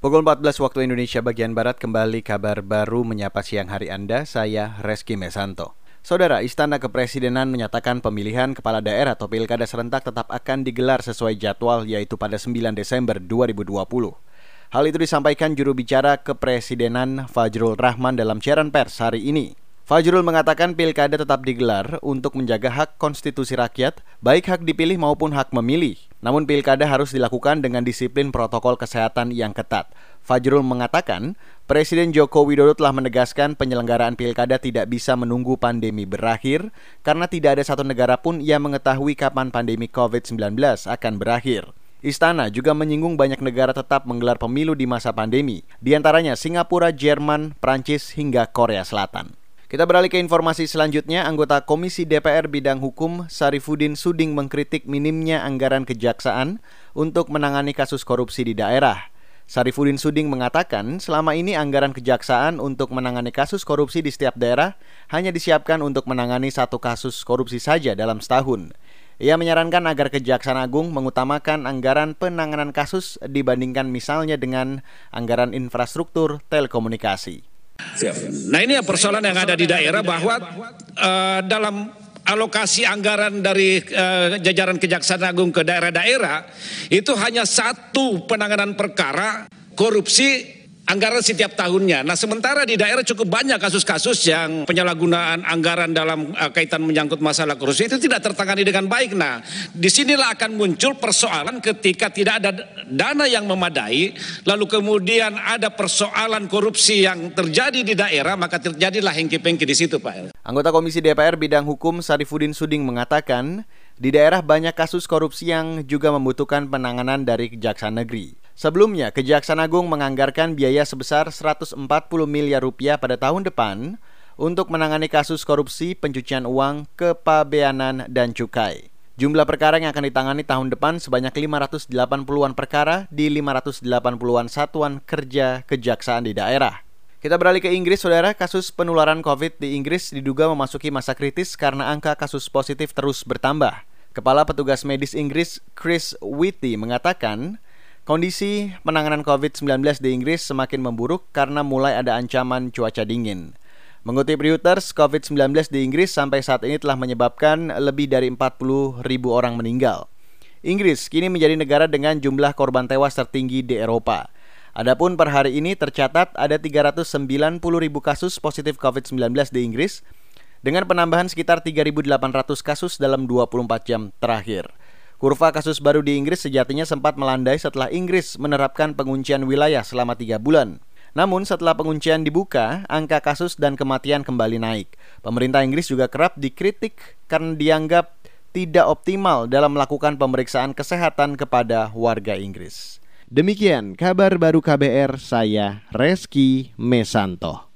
Pukul 14 waktu Indonesia bagian Barat, kembali kabar baru menyapa siang hari Anda, saya Reski Mesanto. Saudara, Istana Kepresidenan menyatakan pemilihan kepala daerah atau pilkada serentak tetap akan digelar sesuai jadwal, yaitu pada 9 Desember 2020. Hal itu disampaikan juru bicara Kepresidenan Fajrul Rahman dalam siaran pers hari ini. Fajrul mengatakan pilkada tetap digelar untuk menjaga hak konstitusi rakyat, baik hak dipilih maupun hak memilih. Namun pilkada harus dilakukan dengan disiplin protokol kesehatan yang ketat. Fajrul mengatakan, Presiden Joko Widodo telah menegaskan penyelenggaraan pilkada tidak bisa menunggu pandemi berakhir, karena tidak ada satu negara pun yang mengetahui kapan pandemi COVID-19 akan berakhir. Istana juga menyinggung banyak negara tetap menggelar pemilu di masa pandemi, di antaranya Singapura, Jerman, Prancis, hingga Korea Selatan. Kita beralih ke informasi selanjutnya. Anggota Komisi DPR Bidang Hukum Sarifudin Suding mengkritik minimnya anggaran kejaksaan untuk menangani kasus korupsi di daerah. Sarifudin Suding mengatakan selama ini anggaran kejaksaan untuk menangani kasus korupsi di setiap daerah hanya disiapkan untuk menangani satu kasus korupsi saja dalam setahun. Ia menyarankan agar Kejaksaan Agung mengutamakan anggaran penanganan kasus dibandingkan misalnya dengan anggaran infrastruktur telekomunikasi. Nah, ini persoalan yang ada di daerah bahwa dalam alokasi anggaran dari jajaran Kejaksaan Agung ke daerah-daerah itu hanya satu penanganan perkara korupsi anggaran setiap tahunnya. Nah, sementara di daerah cukup banyak kasus-kasus yang penyalahgunaan anggaran dalam kaitan menyangkut masalah korupsi itu tidak tertangani dengan baik. Nah, disinilah akan muncul persoalan ketika tidak ada dana yang memadai, lalu kemudian ada persoalan korupsi yang terjadi di daerah, maka terjadilah hengki-pengki di situ, Pak. Anggota Komisi DPR Bidang Hukum Sarifudin Suding mengatakan, di daerah banyak kasus korupsi yang juga membutuhkan penanganan dari Kejaksaan Negeri. Sebelumnya, Kejaksaan Agung menganggarkan biaya sebesar 140 miliar rupiah pada tahun depan untuk menangani kasus korupsi pencucian uang, kepabeanan, dan cukai. Jumlah perkara yang akan ditangani tahun depan sebanyak 580-an perkara di 580-an satuan kerja kejaksaan di daerah. Kita beralih ke Inggris, saudara. Kasus penularan COVID di Inggris diduga memasuki masa kritis karena angka kasus positif terus bertambah. Kepala Petugas Medis Inggris Chris Whitty mengatakan, kondisi penanganan COVID-19 di Inggris semakin memburuk karena mulai ada ancaman cuaca dingin. Mengutip Reuters, COVID-19 di Inggris sampai saat ini telah menyebabkan lebih dari 40.000 orang meninggal. Inggris kini menjadi negara dengan jumlah korban tewas tertinggi di Eropa. Adapun per hari ini tercatat ada 390.000 kasus positif COVID-19 di Inggris, dengan penambahan sekitar 3.800 kasus dalam 24 jam terakhir. Kurva kasus baru di Inggris sejatinya sempat melandai setelah Inggris menerapkan penguncian wilayah selama 3 bulan. Namun setelah penguncian dibuka, angka kasus dan kematian kembali naik. Pemerintah Inggris juga kerap dikritik karena dianggap tidak optimal dalam melakukan pemeriksaan kesehatan kepada warga Inggris. Demikian kabar baru KBR, saya Reski Mesanto.